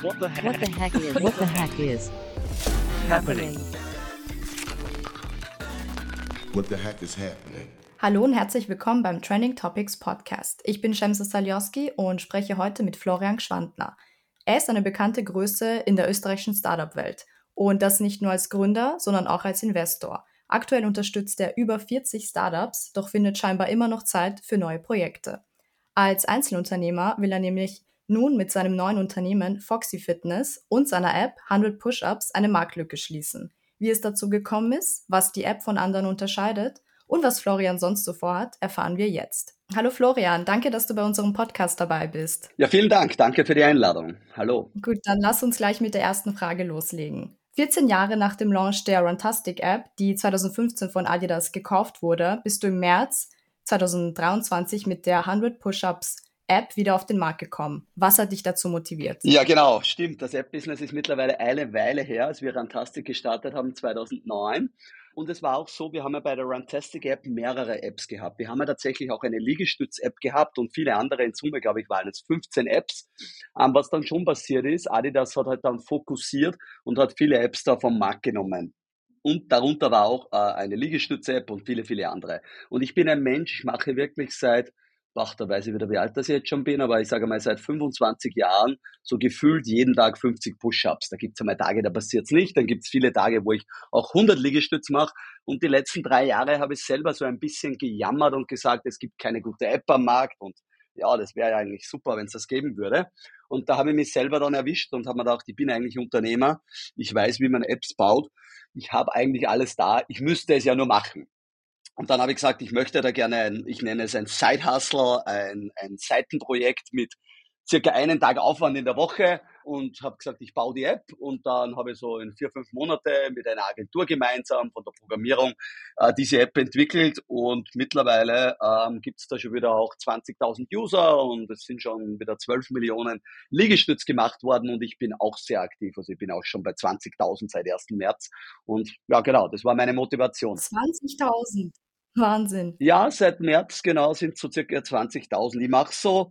What the What the heck is happening? What the heck is happening? Hallo und herzlich willkommen beim Trending Topics Podcast. Ich bin Shemsa Salioski und spreche heute mit Florian Gschwandner. Er ist eine bekannte Größe in der österreichischen Startup-Welt und das nicht nur als Gründer, sondern auch als Investor. Aktuell unterstützt er über 40 Startups, doch findet scheinbar immer noch Zeit für neue Projekte. Als Einzelunternehmer will er nämlich nun mit seinem neuen Unternehmen Foxy Fitness und seiner App 100 Push-Ups eine Marktlücke schließen. Wie es dazu gekommen ist, was die App von anderen unterscheidet und was Florian sonst so vorhat, erfahren wir jetzt. Hallo Florian, danke, dass du bei unserem Podcast dabei bist. Ja, vielen Dank. Danke für die Einladung. Hallo. Gut, dann lass uns gleich mit der ersten Frage loslegen. 14 Jahre nach dem Launch der Runtastic-App, die 2015 von Adidas gekauft wurde, bist du im März 2023 mit der 100 Push-Ups App wieder auf den Markt gekommen. Was hat dich dazu motiviert? Ja, genau, stimmt. Das App-Business ist mittlerweile eine Weile her, als wir Runtastic gestartet haben, 2009. Und es war auch so, wir haben ja bei der Runtastic-App mehrere Apps gehabt. Wir haben ja tatsächlich auch eine Liegestütz-App gehabt und viele andere. In Summe, glaube ich, waren es 15 Apps. Was dann schon passiert ist, Adidas hat halt dann fokussiert und hat viele Apps da vom Markt genommen. Und darunter war auch eine Liegestütz-App und viele, viele andere. Und ich bin ein Mensch, ich mache wirklich da weiß ich wieder, wie alt das ich jetzt schon bin, aber ich sage mal seit 25 Jahren so gefühlt jeden Tag 50 Push-Ups. Da gibt's einmal Tage, da passiert's nicht, dann gibt's viele Tage, wo ich auch 100 Liegestütz mache. Und die letzten 3 Jahre habe ich selber so ein bisschen gejammert und gesagt, es gibt keine gute App am Markt und ja, das wäre ja eigentlich super, wenn es das geben würde. Und da habe ich mich selber dann erwischt und habe mir gedacht, ich bin eigentlich Unternehmer, ich weiß, wie man Apps baut, ich habe eigentlich alles da, ich müsste es ja nur machen. Und dann habe ich gesagt, ich möchte da gerne ich nenne es ein Side-Hustle, ein Seitenprojekt mit circa einen Tag Aufwand in der Woche und habe gesagt, ich baue die App und dann habe ich so in 4-5 Monate mit einer Agentur gemeinsam von der Programmierung diese App entwickelt und mittlerweile gibt's da schon wieder auch 20.000 User und es sind schon wieder 12 Millionen Liegestütz gemacht worden und ich bin auch sehr aktiv, also ich bin auch schon bei 20.000 seit 1. März und ja genau, das war meine Motivation. 20.000, Wahnsinn. Ja, seit März genau sind so circa 20.000. Ich mache so,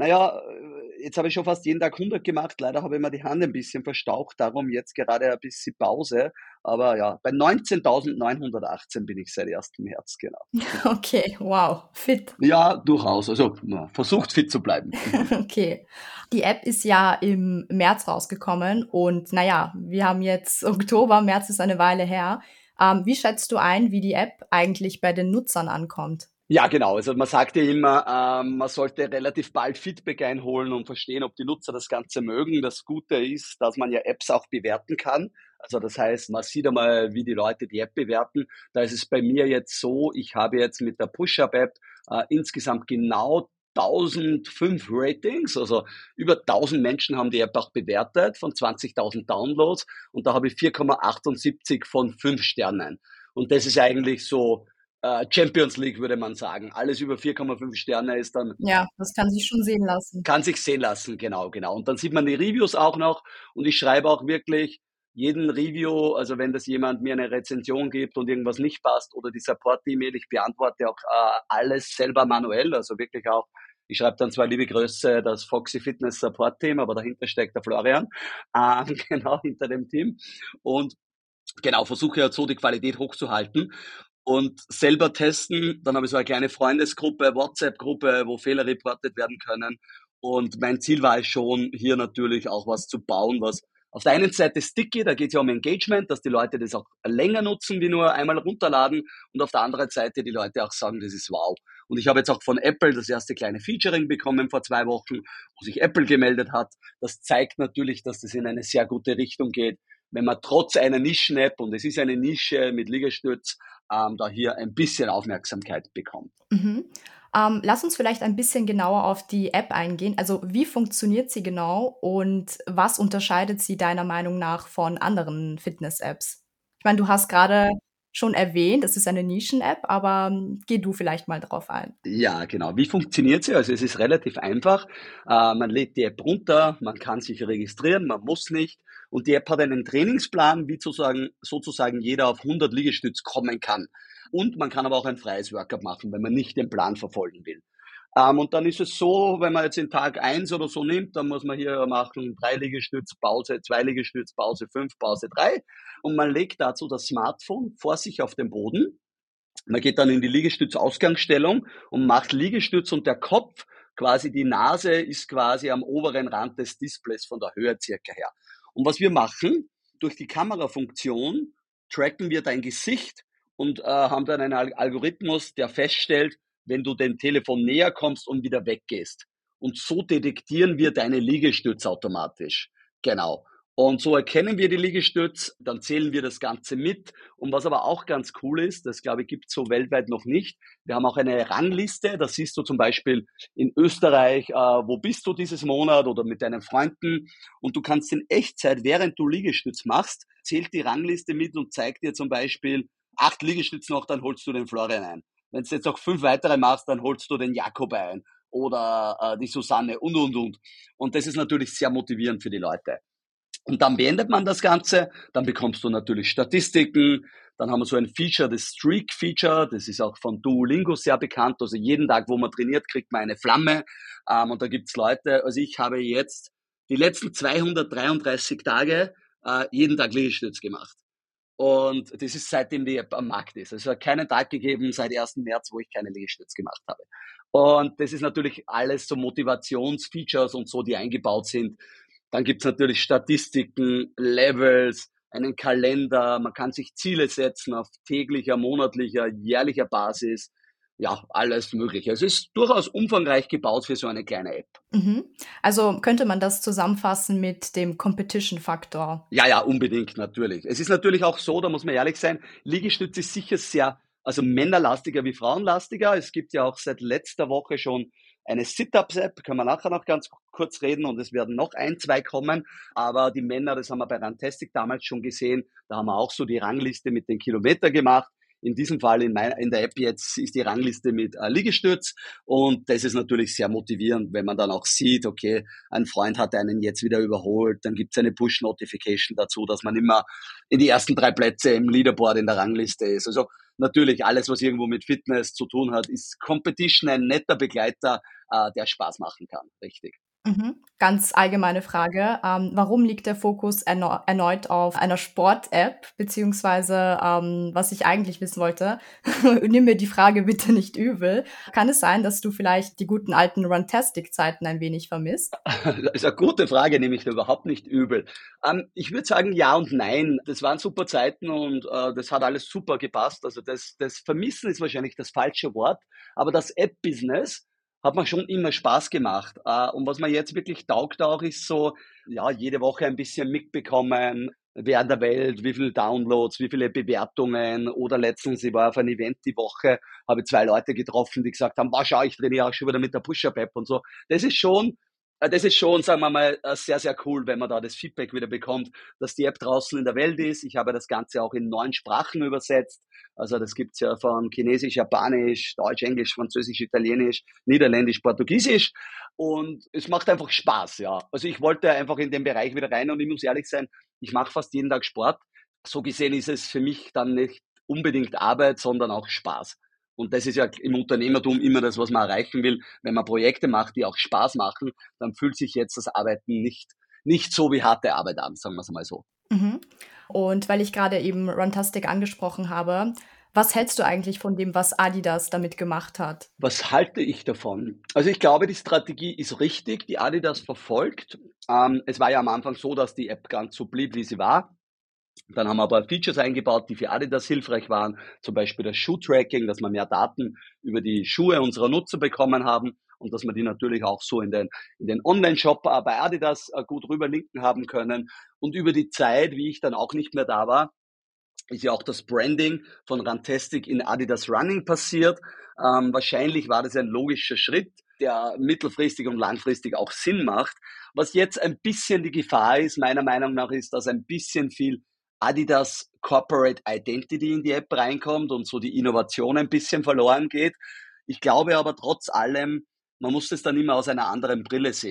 jetzt habe ich schon fast jeden Tag 100 gemacht. Leider habe ich mir die Hand ein bisschen verstaucht, darum jetzt gerade ein bisschen Pause. Aber ja, bei 19.918 bin ich seit 1. März, genau. Okay, wow, fit. Ja, durchaus. Also versucht fit zu bleiben. Okay. Die App ist ja im März rausgekommen und wir haben jetzt Oktober, März ist eine Weile her. Wie schätzt du ein, wie die App eigentlich bei den Nutzern ankommt? Ja, genau. Also man sagt ja immer, man sollte relativ bald Feedback einholen und verstehen, ob die Nutzer das Ganze mögen. Das Gute ist, dass man ja Apps auch bewerten kann. Also das heißt, man sieht einmal, wie die Leute die App bewerten. Da ist es bei mir jetzt so, ich habe jetzt mit der Push-Up-App insgesamt genau 1005 Ratings, also über 1000 Menschen haben die App auch bewertet von 20.000 Downloads und da habe ich 4,78 von 5 Sternen. Und das ist eigentlich so Champions League, würde man sagen. Alles über 4,5 Sterne ist dann... Ja, das kann sich schon sehen lassen. Kann sich sehen lassen, genau. Und dann sieht man die Reviews auch noch und ich schreibe auch wirklich jeden Review, also wenn das jemand mir eine Rezension gibt und irgendwas nicht passt oder die Support-E-Mail, ich beantworte auch alles selber manuell, also wirklich auch, ich schreibe dann zwar liebe Grüße, das Foxy Fitness Support-Team, aber dahinter steckt der Florian, genau, hinter dem Team und genau, versuche ja so die Qualität hochzuhalten und selber testen, dann habe ich so eine kleine Freundesgruppe, WhatsApp-Gruppe, wo Fehler reportet werden können und mein Ziel war es schon, hier natürlich auch was zu bauen, was auf der einen Seite sticky, da geht es ja um Engagement, dass die Leute das auch länger nutzen, wie nur einmal runterladen und auf der anderen Seite die Leute auch sagen, das ist wow. Und ich habe jetzt auch von Apple das erste kleine Featuring bekommen vor 2 Wochen, wo sich Apple gemeldet hat. Das zeigt natürlich, dass das in eine sehr gute Richtung geht, wenn man trotz einer Nischen-App, und es ist eine Nische mit Liegestütz, da hier ein bisschen Aufmerksamkeit bekommt. Mhm. Lass uns vielleicht ein bisschen genauer auf die App eingehen. Also wie funktioniert sie genau und was unterscheidet sie deiner Meinung nach von anderen Fitness-Apps? Ich meine, du hast gerade schon erwähnt, es ist eine Nischen-App, aber geh du vielleicht mal drauf ein. Ja, genau. Wie funktioniert sie? Also es ist relativ einfach. Man lädt die App runter, man kann sich registrieren, man muss nicht. Und die App hat einen Trainingsplan, wie sozusagen jeder auf 100 Liegestütz kommen kann. Und man kann aber auch ein freies Workout machen, wenn man nicht den Plan verfolgen will. Und dann ist es so, wenn man jetzt den Tag 1 oder so nimmt, dann muss man hier machen 3 Liegestütz, Pause, 2 Liegestütz, Pause 5, Pause 3. Und man legt dazu das Smartphone vor sich auf den Boden. Man geht dann in die Liegestütz-Ausgangsstellung und macht Liegestütz und der Kopf, quasi die Nase, ist quasi am oberen Rand des Displays von der Höhe circa her. Und was wir machen, durch die Kamerafunktion tracken wir dein Gesicht und haben dann einen Algorithmus, der feststellt, wenn du dem Telefon näher kommst und wieder weggehst. Und so detektieren wir deine Liegestütz automatisch. Genau. Und so erkennen wir die Liegestütz, dann zählen wir das Ganze mit. Und was aber auch ganz cool ist, das glaube ich gibt es so weltweit noch nicht, wir haben auch eine Rangliste, da siehst du zum Beispiel in Österreich, wo bist du dieses Monat oder mit deinen Freunden und du kannst in Echtzeit, während du Liegestütz machst, zählt die Rangliste mit und zeigt dir zum Beispiel 8 Liegestütze noch, dann holst du den Florian ein. Wenn du jetzt noch 5 weitere machst, dann holst du den Jakob ein oder die Susanne und. Und das ist natürlich sehr motivierend für die Leute. Und dann beendet man das Ganze, dann bekommst du natürlich Statistiken, dann haben wir so ein Feature, das Streak-Feature, das ist auch von Duolingo sehr bekannt, also jeden Tag, wo man trainiert, kriegt man eine Flamme und da gibt's Leute, also ich habe jetzt die letzten 233 Tage jeden Tag Liegestütz gemacht. Und das ist seitdem die App am Markt ist. Also es hat keinen Tag gegeben seit 1. März, wo ich keine Liegestütz gemacht habe. Und das ist natürlich alles so Motivationsfeatures und so, die eingebaut sind. Dann gibt's natürlich Statistiken, Levels, einen Kalender. Man kann sich Ziele setzen auf täglicher, monatlicher, jährlicher Basis. Ja, alles Mögliche. Es ist durchaus umfangreich gebaut für so eine kleine App. Mhm. Also könnte man das zusammenfassen mit dem Competition-Faktor? Ja, unbedingt, natürlich. Es ist natürlich auch so, da muss man ehrlich sein, Liegestütz ist sicher sehr, also männerlastiger wie frauenlastiger. Es gibt ja auch seit letzter Woche schon eine Sit-Ups-App, können wir nachher noch ganz kurz reden und es werden noch 1, 2 kommen. Aber die Männer, das haben wir bei Runtastic damals schon gesehen, da haben wir auch so die Rangliste mit den Kilometern gemacht. In diesem Fall in der App jetzt ist die Rangliste mit Liegestütz und das ist natürlich sehr motivierend, wenn man dann auch sieht, okay, ein Freund hat einen jetzt wieder überholt, dann gibt es eine Push-Notification dazu, dass man immer in die ersten 3 Plätze im Leaderboard in der Rangliste ist. Also natürlich alles, was irgendwo mit Fitness zu tun hat, ist Competition ein netter Begleiter, der Spaß machen kann, richtig. Mhm. Ganz allgemeine Frage. Warum liegt der Fokus erneut auf einer Sport-App? Beziehungsweise, was ich eigentlich wissen wollte, nimm mir die Frage bitte nicht übel. Kann es sein, dass du vielleicht die guten alten Runtastic-Zeiten ein wenig vermisst? Das ist eine gute Frage, nehme ich da überhaupt nicht übel. Ich würde sagen ja und nein. Das waren super Zeiten und das hat alles super gepasst. Also das Vermissen ist wahrscheinlich das falsche Wort, aber das App-Business hat mir schon immer Spaß gemacht. Und was mir jetzt wirklich taugt auch, ist so, ja, jede Woche ein bisschen mitbekommen, wer in der Welt, wie viele Downloads, wie viele Bewertungen. Oder letztens, ich war auf ein Event die Woche, habe ich 2 Leute getroffen, die gesagt haben, wow, schau, ich trainiere auch schon wieder mit der Push-Up-App und so. Das ist schon, sagen wir mal, sehr, sehr cool, wenn man da das Feedback wieder bekommt, dass die App draußen in der Welt ist. Ich habe das Ganze auch in 9 Sprachen übersetzt. Also das gibt's ja von Chinesisch, Japanisch, Deutsch, Englisch, Französisch, Italienisch, Niederländisch, Portugiesisch. Und es macht einfach Spaß, ja. Also ich wollte einfach in den Bereich wieder rein und ich muss ehrlich sein, ich mache fast jeden Tag Sport. So gesehen ist es für mich dann nicht unbedingt Arbeit, sondern auch Spaß. Und das ist ja im Unternehmertum immer das, was man erreichen will. Wenn man Projekte macht, die auch Spaß machen, dann fühlt sich jetzt das Arbeiten nicht so wie harte Arbeit an, sagen wir es mal so. Mhm. Und weil ich gerade eben Runtastic angesprochen habe, was hältst du eigentlich von dem, was Adidas damit gemacht hat? Was halte ich davon? Also ich glaube, die Strategie ist richtig, die Adidas verfolgt. Es war ja am Anfang so, dass die App ganz so blieb, wie sie war. Dann haben wir aber Features eingebaut, die für Adidas hilfreich waren, zum Beispiel das Shoe-Tracking, dass wir mehr Daten über die Schuhe unserer Nutzer bekommen haben und dass wir die natürlich auch so in den Online-Shop bei Adidas gut rüberlinken haben können. Und über die Zeit, wie ich dann auch nicht mehr da war, ist ja auch das Branding von Runtastic in Adidas Running passiert. Wahrscheinlich war das ein logischer Schritt, der mittelfristig und langfristig auch Sinn macht. Was jetzt ein bisschen die Gefahr ist, meiner Meinung nach, ist, dass ein bisschen viel Adidas Corporate Identity in die App reinkommt und so die Innovation ein bisschen verloren geht. Ich glaube aber trotz allem, man muss es dann immer aus einer anderen Brille sehen.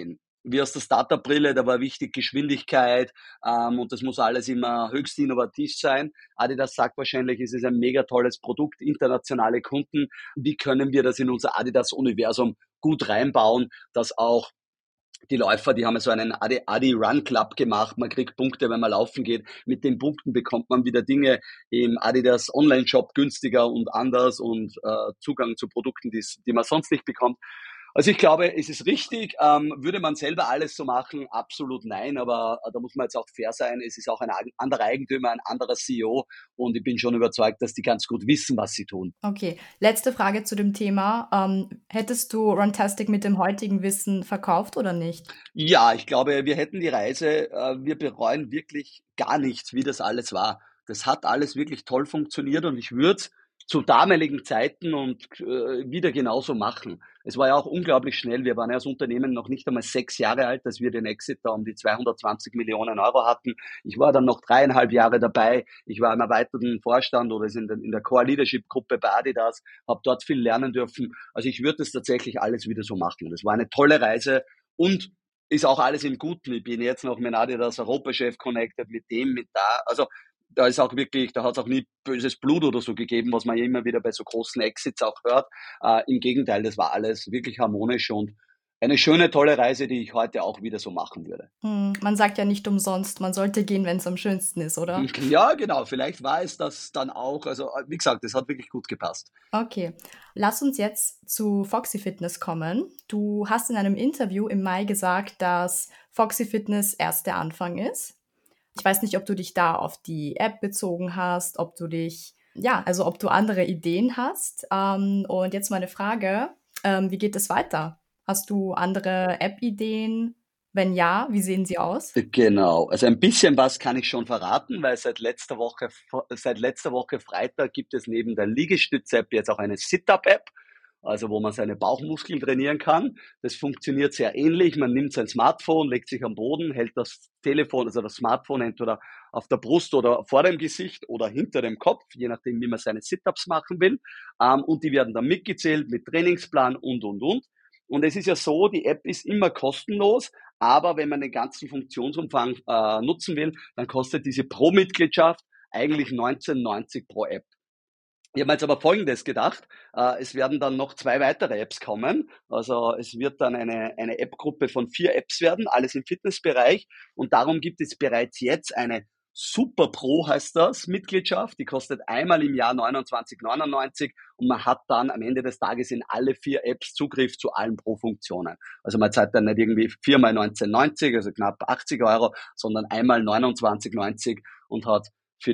wie aus der Startup-Brille, da war wichtig Geschwindigkeit und das muss alles immer höchst innovativ sein. Adidas sagt wahrscheinlich, es ist ein mega tolles Produkt, internationale Kunden. Wie können wir das in unser Adidas-Universum gut reinbauen, dass auch die Läufer, die haben so einen Adi Run Club gemacht. Man kriegt Punkte, wenn man laufen geht. Mit den Punkten bekommt man wieder Dinge im Adidas Online-Shop günstiger und anders und Zugang zu Produkten, die man sonst nicht bekommt. Also ich glaube, es ist richtig. Würde man selber alles so machen? Absolut nein, aber da muss man jetzt auch fair sein. Es ist auch ein anderer Eigentümer, ein anderer CEO und ich bin schon überzeugt, dass die ganz gut wissen, was sie tun. Okay, letzte Frage zu dem Thema. Hättest du Runtastic mit dem heutigen Wissen verkauft oder nicht? Ja, ich glaube, wir hätten die Reise, wir bereuen wirklich gar nichts, wie das alles war. Das hat alles wirklich toll funktioniert und ich würde es zu damaligen Zeiten und wieder genauso machen. Es war ja auch unglaublich schnell. Wir waren ja als Unternehmen noch nicht einmal 6 Jahre alt, als wir den Exit da um die 220 Millionen Euro hatten. Ich war dann noch 3,5 Jahre dabei. Ich war im erweiterten Vorstand oder in der Core-Leadership-Gruppe bei Adidas, habe dort viel lernen dürfen. Also ich würde das tatsächlich alles wieder so machen. Das war eine tolle Reise und ist auch alles im Guten. Ich bin jetzt noch mit Adidas Europachef connected, mit dem, mit da. Also da ist auch wirklich, da hat es auch nie böses Blut oder so gegeben, was man ja immer wieder bei so großen Exits auch hört. Im Gegenteil, das war alles wirklich harmonisch und eine schöne, tolle Reise, die ich heute auch wieder so machen würde. Man sagt ja nicht umsonst, man sollte gehen, wenn es am schönsten ist, oder? Ja, genau, vielleicht war es das dann auch. Also wie gesagt, es hat wirklich gut gepasst. Okay, lass uns jetzt zu Foxy Fitness kommen. Du hast in einem Interview im Mai gesagt, dass Foxy Fitness erst der Anfang ist. Ich weiß nicht, ob du dich da auf die App bezogen hast, ob du ob du andere Ideen hast. Und jetzt meine Frage, wie geht es weiter? Hast du andere App-Ideen? Wenn ja, wie sehen sie aus? Genau, also ein bisschen was kann ich schon verraten, weil seit letzter Woche Freitag gibt es neben der Liegestütz-App jetzt auch eine Sit-Up-App, also wo man seine Bauchmuskeln trainieren kann. Das funktioniert sehr ähnlich. Man nimmt sein Smartphone, legt sich am Boden, hält das Telefon, also das Smartphone entweder auf der Brust oder vor dem Gesicht oder hinter dem Kopf, je nachdem, wie man seine Sit-Ups machen will. Und die werden dann mitgezählt mit Trainingsplan und. Und es ist ja so, die App ist immer kostenlos, aber wenn man den ganzen Funktionsumfang nutzen will, dann kostet diese Pro-Mitgliedschaft eigentlich 19,90 pro App. Ich habe mir jetzt aber Folgendes gedacht, es werden dann noch 2 weitere Apps kommen, also es wird dann eine App-Gruppe von 4 Apps werden, alles im Fitnessbereich und darum gibt es bereits jetzt eine Super Pro heißt das, Mitgliedschaft, die kostet einmal im Jahr 29,99 und man hat dann am Ende des Tages in alle 4 Apps Zugriff zu allen Pro-Funktionen. Also man zahlt dann nicht irgendwie 4 mal 19,90, also knapp 80 Euro, sondern einmal 29,90 und hat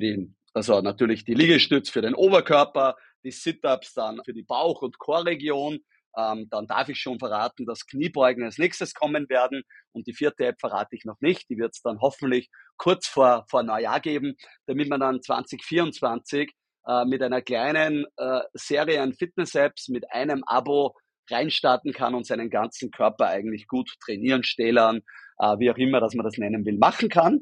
also natürlich die Liegestütz für den Oberkörper, die Sit-Ups dann für die Bauch- und Core-Region. Dann darf ich schon verraten, dass Kniebeugen als nächstes kommen werden. Und die 4. App verrate ich noch nicht. Die wird es dann hoffentlich kurz vor Neujahr geben, damit man dann 2024 mit einer kleinen Serie an Fitness-Apps mit einem Abo reinstarten kann und seinen ganzen Körper eigentlich gut trainieren, stählern, wie auch immer, dass man das nennen will, machen kann.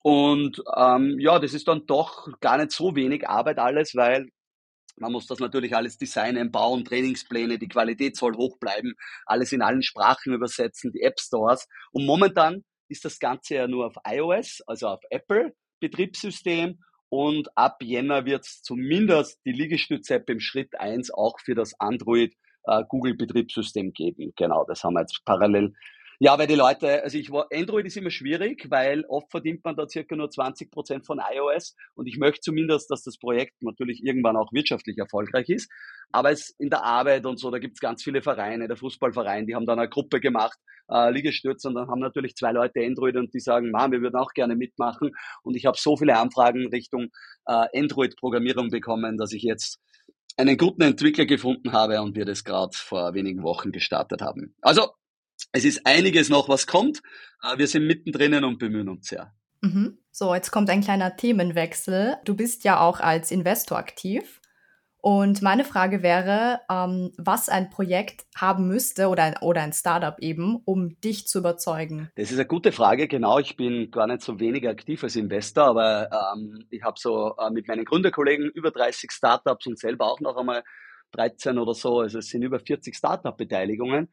Und das ist dann doch gar nicht so wenig Arbeit alles, weil man muss das natürlich alles designen, bauen, Trainingspläne, die Qualität soll hoch bleiben, alles in allen Sprachen übersetzen, die App Stores. Und momentan ist das Ganze ja nur auf iOS, also auf Apple Betriebssystem. Und ab Jänner wird es zumindest die Liegestütz-App im Schritt 1 auch für das Android Google Betriebssystem geben. Genau, das haben wir jetzt parallel. Ja, weil die Leute, Android ist immer schwierig, weil oft verdient man da circa nur 20% von iOS und ich möchte zumindest, dass das Projekt natürlich irgendwann auch wirtschaftlich erfolgreich ist. Aber es in der Arbeit und so, da gibt's ganz viele Vereine, der Fußballverein, die haben dann eine Gruppe gemacht, Liegestütze und dann haben natürlich 2 Leute Android und die sagen, wir würden auch gerne mitmachen und ich habe so viele Anfragen Richtung Android-Programmierung bekommen, dass ich jetzt einen guten Entwickler gefunden habe und wir das gerade vor wenigen Wochen gestartet haben. Also es ist einiges noch, was kommt. Wir sind mittendrin und bemühen uns sehr. So, jetzt kommt ein kleiner Themenwechsel. Du bist ja auch als Investor aktiv. Und meine Frage wäre, was ein Projekt haben müsste oder ein Startup eben, um dich zu überzeugen. Das ist eine gute Frage, genau. Ich bin gar nicht so wenig aktiv als Investor, aber ich habe so mit meinen Gründerkollegen über 30 Startups und selber auch noch einmal 13 oder so. Also es sind über 40 Startup-Beteiligungen.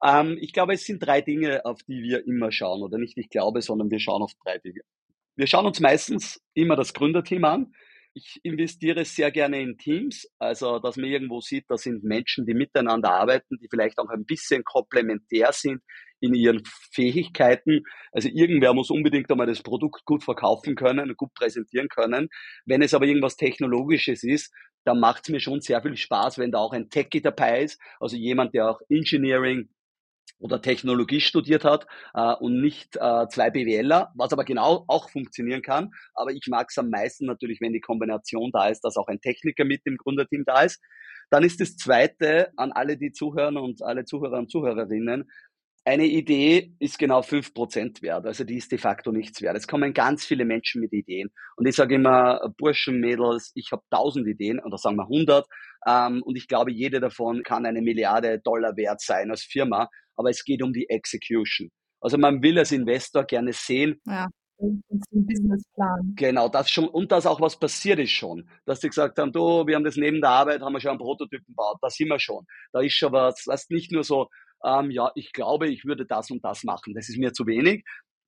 Ich glaube, es sind 3 Dinge, auf die wir immer schauen, oder nicht ich glaube, sondern wir schauen auf 3 Dinge. Wir schauen uns meistens immer das Gründerteam an. Ich investiere sehr gerne in Teams, also dass man irgendwo sieht, da sind Menschen, die miteinander arbeiten, die vielleicht auch ein bisschen komplementär sind in ihren Fähigkeiten. Also irgendwer muss unbedingt einmal das Produkt gut verkaufen können, gut präsentieren können. Wenn es aber irgendwas Technologisches ist, dann macht es mir schon sehr viel Spaß, wenn da auch ein Techie dabei ist, also jemand, der auch Engineering oder Technologie studiert hat und nicht 2 BWLer, was aber genau auch funktionieren kann. Aber ich mag es am meisten natürlich, wenn die Kombination da ist, dass auch ein Techniker mit im Gründerteam da ist. Dann ist das Zweite an alle, die zuhören und alle Zuhörer und Zuhörerinnen, eine Idee ist genau 5% wert, also die ist de facto nichts wert. Es kommen ganz viele Menschen mit Ideen und ich sage immer, Burschen, Mädels, ich habe 1000 Ideen oder sagen wir 100 und ich glaube, jede davon kann eine Milliarde Dollar wert sein als Firma, aber es geht um die Execution. Also man will als Investor gerne sehen, Ja, und den Businessplan. genau, das schon, und dass auch was passiert ist schon. Dass die gesagt haben, du, wir haben das neben der Arbeit, haben wir schon einen Prototypen gebaut, da sind wir schon. Da ist schon was, was nicht nur so, ja, ich glaube, ich würde das und das machen. Das ist mir zu wenig.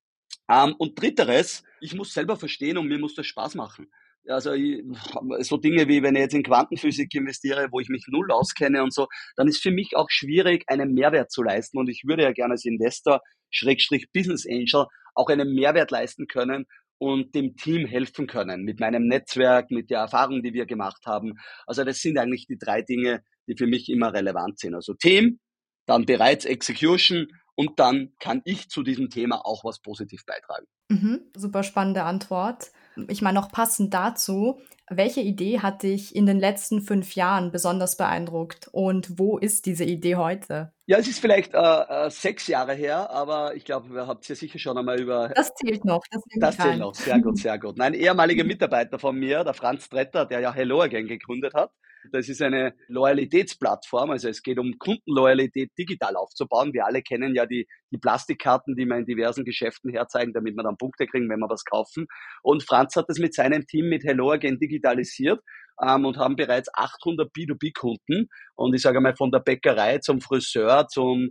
Und Dritteres, ich muss selber verstehen und mir muss das Spaß machen. Also so Dinge wie, wenn ich jetzt in Quantenphysik investiere, wo ich mich null auskenne und so, dann ist für mich auch schwierig, einen Mehrwert zu leisten. Und ich würde ja gerne als Investor, Schrägstrich Business Angel, auch einen Mehrwert leisten können und dem Team helfen können. Mit meinem Netzwerk, mit der Erfahrung, die wir gemacht haben. Also das sind eigentlich die 3 Dinge, die für mich immer relevant sind. Also Team, dann bereits Execution und dann kann ich zu diesem Thema auch was positiv beitragen. Super spannende Antwort. Ich meine, noch passend dazu, welche Idee hat dich in den letzten 5 Jahren besonders beeindruckt und wo ist diese Idee heute? Ja, es ist vielleicht 6 Jahre her, aber ich glaube, ihr habt ja sicher schon einmal über Das zählt noch, das nehme das ich zählt rein. noch. Sehr gut, sehr gut. Ein ehemaliger Mitarbeiter von mir, der Franz Tretter, der ja Hello Again gegründet hat. Das ist eine Loyalitätsplattform. Also es geht um Kundenloyalität digital aufzubauen. Wir alle kennen ja die Plastikkarten, die wir in diversen Geschäften herzeigen, damit wir dann Punkte kriegen, wenn wir was kaufen. Und Franz hat das mit seinem Team mit Hello Again digitalisiert und haben bereits 800 B2B-Kunden. Und ich sage mal, von der Bäckerei zum Friseur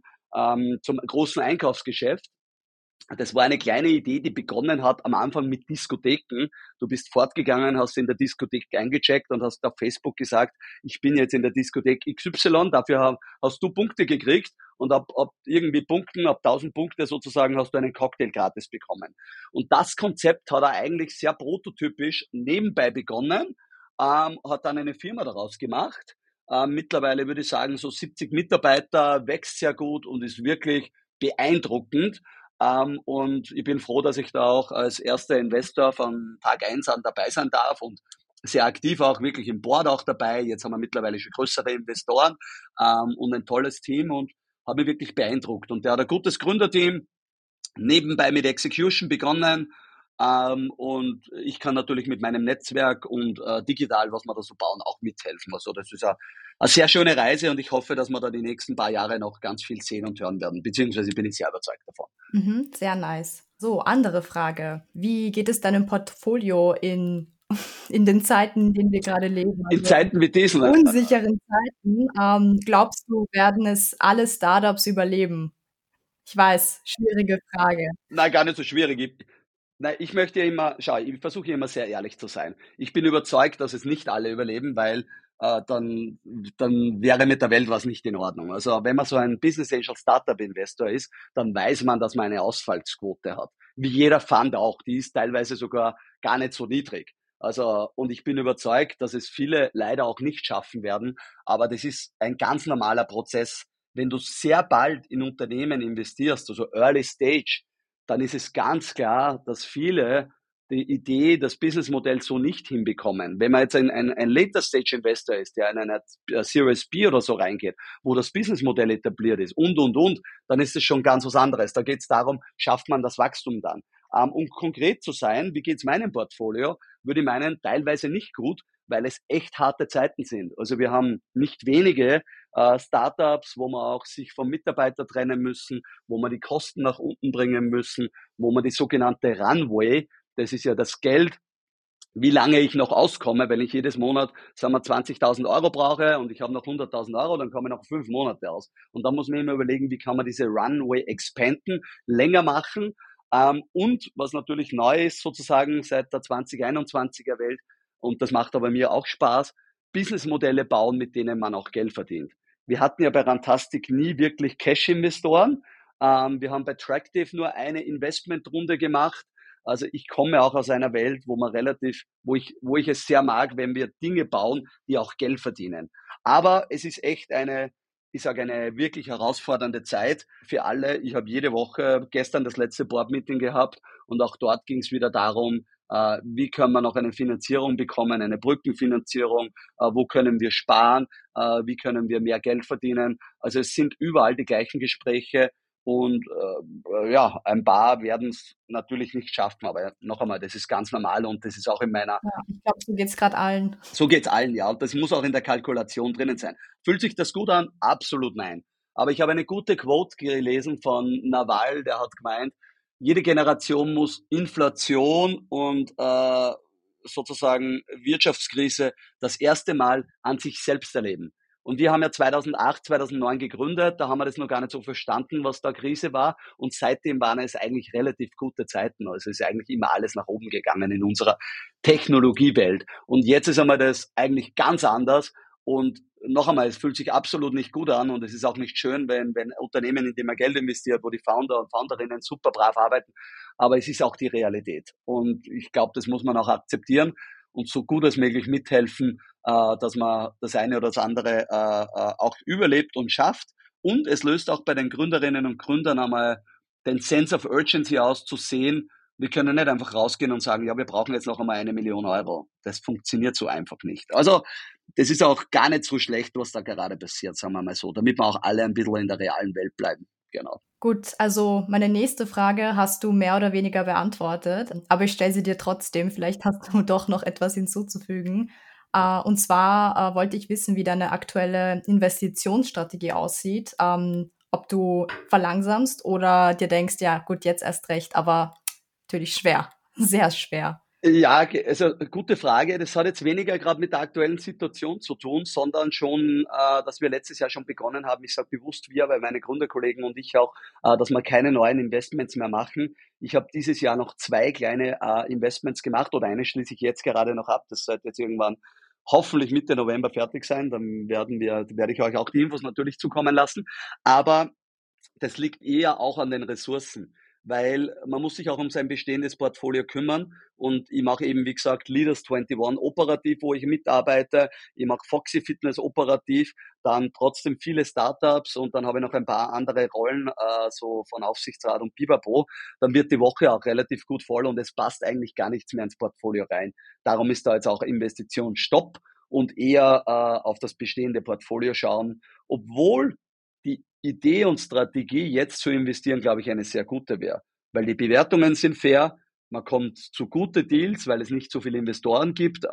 zum großen Einkaufsgeschäft. Das war eine kleine Idee, die begonnen hat am Anfang mit Diskotheken. Du bist fortgegangen, hast in der Diskothek eingecheckt und hast auf Facebook gesagt, ich bin jetzt in der Diskothek XY, dafür hast du Punkte gekriegt und ab irgendwie Punkten, ab 1000 Punkte sozusagen hast du einen Cocktail gratis bekommen. Und das Konzept hat er eigentlich sehr prototypisch nebenbei begonnen, hat dann eine Firma daraus gemacht. Mittlerweile würde ich sagen, so 70 Mitarbeiter, wächst sehr gut und ist wirklich beeindruckend. Und ich bin froh, dass ich da auch als erster Investor von Tag 1 an dabei sein darf und sehr aktiv auch wirklich im Board auch dabei. Jetzt haben wir mittlerweile schon größere Investoren und ein tolles Team und habe mich wirklich beeindruckt. Und der hat ein gutes Gründerteam, nebenbei mit Execution begonnen. Und ich kann natürlich mit meinem Netzwerk und digital, was wir da so bauen, auch mithelfen. Also das ist eine sehr schöne Reise und ich hoffe, dass wir da die nächsten paar Jahre noch ganz viel sehen und hören werden. Beziehungsweise bin ich sehr überzeugt davon. Sehr nice. So, andere Frage. Wie geht es deinem Portfolio in den Zeiten, in denen wir gerade leben? In Also Zeiten wie diesen. unsicheren Zeiten, glaubst du, werden es alle Startups überleben? Ich weiß, schwierige Frage. Nein, gar nicht so schwierig. Nein, ich möchte ja immer, schau, ich versuche ja immer sehr ehrlich zu sein. Ich bin überzeugt, dass es nicht alle überleben, weil dann wäre mit der Welt was nicht in Ordnung. Also wenn man so ein Business Angel Startup Investor ist, dann weiß man, dass man eine Ausfallsquote hat. Wie jeder Fund auch, die ist teilweise sogar gar nicht so niedrig. Also, und ich bin überzeugt, dass es viele leider auch nicht schaffen werden, aber das ist ein ganz normaler Prozess. Wenn du sehr bald in Unternehmen investierst, also Early Stage, dann ist es ganz klar, dass viele die Idee, das Businessmodell so nicht hinbekommen. Wenn man jetzt ein Later Stage Investor ist, der in eine Series B oder so reingeht, wo das Businessmodell etabliert ist und, dann ist es schon ganz was anderes. Da geht es darum, schafft man das Wachstum dann? Um konkret zu sein, wie geht's meinem Portfolio, würde ich meinen, teilweise nicht gut, weil es echt harte Zeiten sind. Also wir haben nicht wenige Startups, wo man auch sich vom Mitarbeiter trennen müssen, wo man die Kosten nach unten bringen müssen, wo man die sogenannte Runway, das ist ja das Geld, wie lange ich noch auskomme, wenn ich jedes Monat, sagen wir, 20.000 Euro brauche und ich habe noch 100.000 Euro, dann komme ich noch 5 Monate aus. Und da muss man immer überlegen, wie kann man diese Runway expanden, länger machen. Und was natürlich neu ist, sozusagen seit der 2021er Welt, und das macht aber mir auch Spaß, Businessmodelle bauen, mit denen man auch Geld verdient. Wir hatten ja bei Rantastic nie wirklich Cash-Investoren. Wir haben bei Tractive nur eine Investmentrunde gemacht. Also ich komme auch aus einer Welt, wo ich es sehr mag, wenn wir Dinge bauen, die auch Geld verdienen. Aber es ist echt eine wirklich herausfordernde Zeit für alle. Ich habe jede Woche gestern das letzte Board-Meeting gehabt und auch dort ging es wieder darum, wie können wir noch eine Finanzierung bekommen, eine Brückenfinanzierung, wo können wir sparen, wie können wir mehr Geld verdienen. Also es sind überall die gleichen Gespräche. Und ja, ein paar werden es natürlich nicht schaffen, aber noch einmal, das ist ganz normal und das ist auch in meiner, Ja, ich glaube, so geht es gerade allen. so geht's allen, ja, und das muss auch in der Kalkulation drinnen sein. Fühlt sich das gut an? Absolut nein. Aber ich habe eine gute Quote gelesen von Naval, der hat gemeint, jede Generation muss Inflation und sozusagen Wirtschaftskrise das erste Mal an sich selbst erleben. Und wir haben ja 2008, 2009 gegründet, da haben wir das noch gar nicht so verstanden, was da Krise war. Und seitdem waren es eigentlich relativ gute Zeiten. Also es ist eigentlich immer alles nach oben gegangen in unserer Technologiewelt. Und jetzt ist einmal das eigentlich ganz anders. Und noch einmal, es fühlt sich absolut nicht gut an und es ist auch nicht schön, wenn Unternehmen, in die man Geld investiert, wo die Founder und Founderinnen super brav arbeiten. Aber es ist auch die Realität. Und ich glaube, das muss man auch akzeptieren und so gut als möglich mithelfen, dass man das eine oder das andere auch überlebt und schafft. Und es löst auch bei den Gründerinnen und Gründern einmal den Sense of Urgency aus, zu sehen, wir können nicht einfach rausgehen und sagen, ja, wir brauchen jetzt noch einmal 1 Million Euro. Das funktioniert so einfach nicht. Also das ist auch gar nicht so schlecht, was da gerade passiert, sagen wir mal so, damit wir auch alle ein bisschen in der realen Welt bleiben. Genau. Gut, also meine nächste Frage hast du mehr oder weniger beantwortet, aber ich stelle sie dir trotzdem. Vielleicht hast du doch noch etwas hinzuzufügen. Und zwar wollte ich wissen, wie deine aktuelle Investitionsstrategie aussieht. Ob du verlangsamst oder dir denkst, ja gut, jetzt erst recht, aber natürlich schwer, sehr schwer. Ja, also gute Frage. Das hat jetzt weniger gerade mit der aktuellen Situation zu tun, sondern schon, dass wir letztes Jahr schon begonnen haben. Ich sage bewusst wir, weil meine Gründerkollegen und ich auch, dass wir keine neuen Investments mehr machen. Ich habe dieses Jahr noch 2 kleine Investments gemacht oder eine schließe ich jetzt gerade noch ab. Das sollte jetzt irgendwann hoffentlich Mitte November fertig sein. Dann werde ich euch auch die Infos natürlich zukommen lassen. Aber das liegt eher auch an den Ressourcen, weil man muss sich auch um sein bestehendes Portfolio kümmern und ich mache eben, wie gesagt, Leaders21 operativ, wo ich mitarbeite, ich mache Foxy Fitness operativ, dann trotzdem viele Startups und dann habe ich noch ein paar andere Rollen, so von Aufsichtsrat und Pipapo, dann wird die Woche auch relativ gut voll und es passt eigentlich gar nichts mehr ins Portfolio rein. Darum ist da jetzt auch Investitionsstopp und eher auf das bestehende Portfolio schauen, obwohl die Idee und Strategie, jetzt zu investieren, glaube ich, eine sehr gute wäre. Weil die Bewertungen sind fair, man kommt zu gute Deals, weil es nicht so viele Investoren gibt.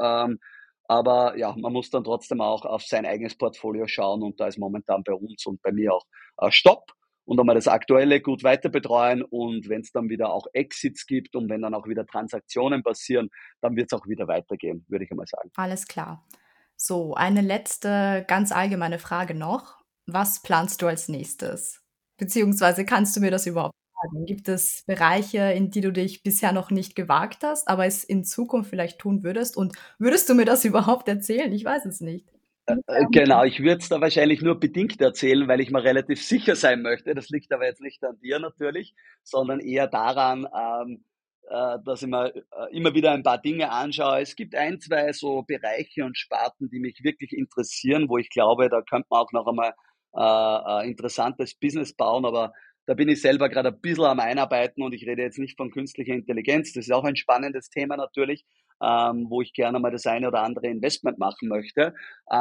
Aber ja, man muss dann trotzdem auch auf sein eigenes Portfolio schauen und da ist momentan bei uns und bei mir auch Stopp und einmal das Aktuelle gut weiter betreuen und wenn es dann wieder auch Exits gibt und wenn dann auch wieder Transaktionen passieren, dann wird es auch wieder weitergehen, würde ich einmal sagen. Alles klar. So, eine letzte ganz allgemeine Frage noch. Was planst du als nächstes? Beziehungsweise kannst du mir das überhaupt sagen? Gibt es Bereiche, in die du dich bisher noch nicht gewagt hast, aber es in Zukunft vielleicht tun würdest? Und würdest du mir das überhaupt erzählen? Ich weiß es nicht. Genau, ich würde es da wahrscheinlich nur bedingt erzählen, weil ich mir relativ sicher sein möchte. Das liegt aber jetzt nicht an dir natürlich, sondern eher daran, dass ich mir immer wieder ein paar Dinge anschaue. Es gibt 1, 2 so Bereiche und Sparten, die mich wirklich interessieren, wo ich glaube, da könnte man auch noch einmal interessantes Business bauen, aber da bin ich selber gerade ein bisschen am Einarbeiten und ich rede jetzt nicht von künstlicher Intelligenz. Das ist auch ein spannendes Thema natürlich, wo ich gerne mal das eine oder andere Investment machen möchte.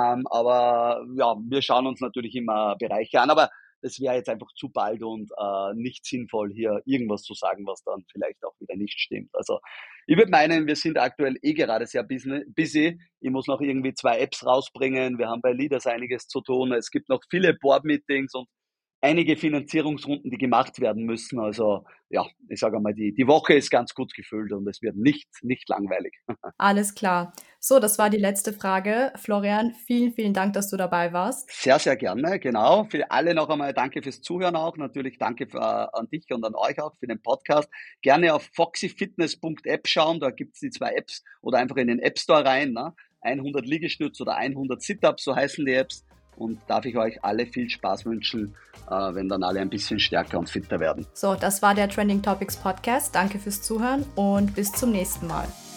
Aber ja, wir schauen uns natürlich immer Bereiche an, aber das wäre jetzt einfach zu bald und nicht sinnvoll, hier irgendwas zu sagen, was dann vielleicht auch wieder nicht stimmt. Also ich würde meinen, wir sind aktuell gerade sehr busy. Ich muss noch irgendwie 2 Apps rausbringen. Wir haben bei Leaders einiges zu tun. Es gibt noch viele Board-Meetings und einige Finanzierungsrunden, die gemacht werden müssen. Also ja, ich sage einmal, die Woche ist ganz gut gefüllt und es wird nicht langweilig. Alles klar. So, das war die letzte Frage. Florian, vielen, vielen Dank, dass du dabei warst. Sehr, sehr gerne, genau. Für alle noch einmal danke fürs Zuhören auch. Natürlich danke an dich und an euch auch für den Podcast. Gerne auf foxyfitness.app schauen, da gibt's die 2 Apps oder einfach in den App Store rein. Ne? 100 Liegestütz oder 100 Sit-Ups, so heißen die Apps. Und darf ich euch alle viel Spaß wünschen, wenn dann alle ein bisschen stärker und fitter werden. So, das war der Trending Topics Podcast. Danke fürs Zuhören und bis zum nächsten Mal.